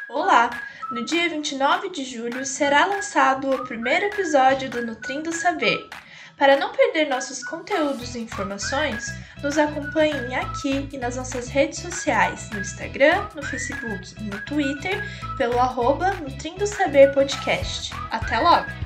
Olá! No dia 29 de julho será lançado o primeiro episódio do Nutrindo Saber. Para não perder nossos conteúdos e informações, nos acompanhem aqui e nas nossas redes sociais, no Instagram, no Facebook e no Twitter, pelo @Nutrindo Saber Podcast. Até logo!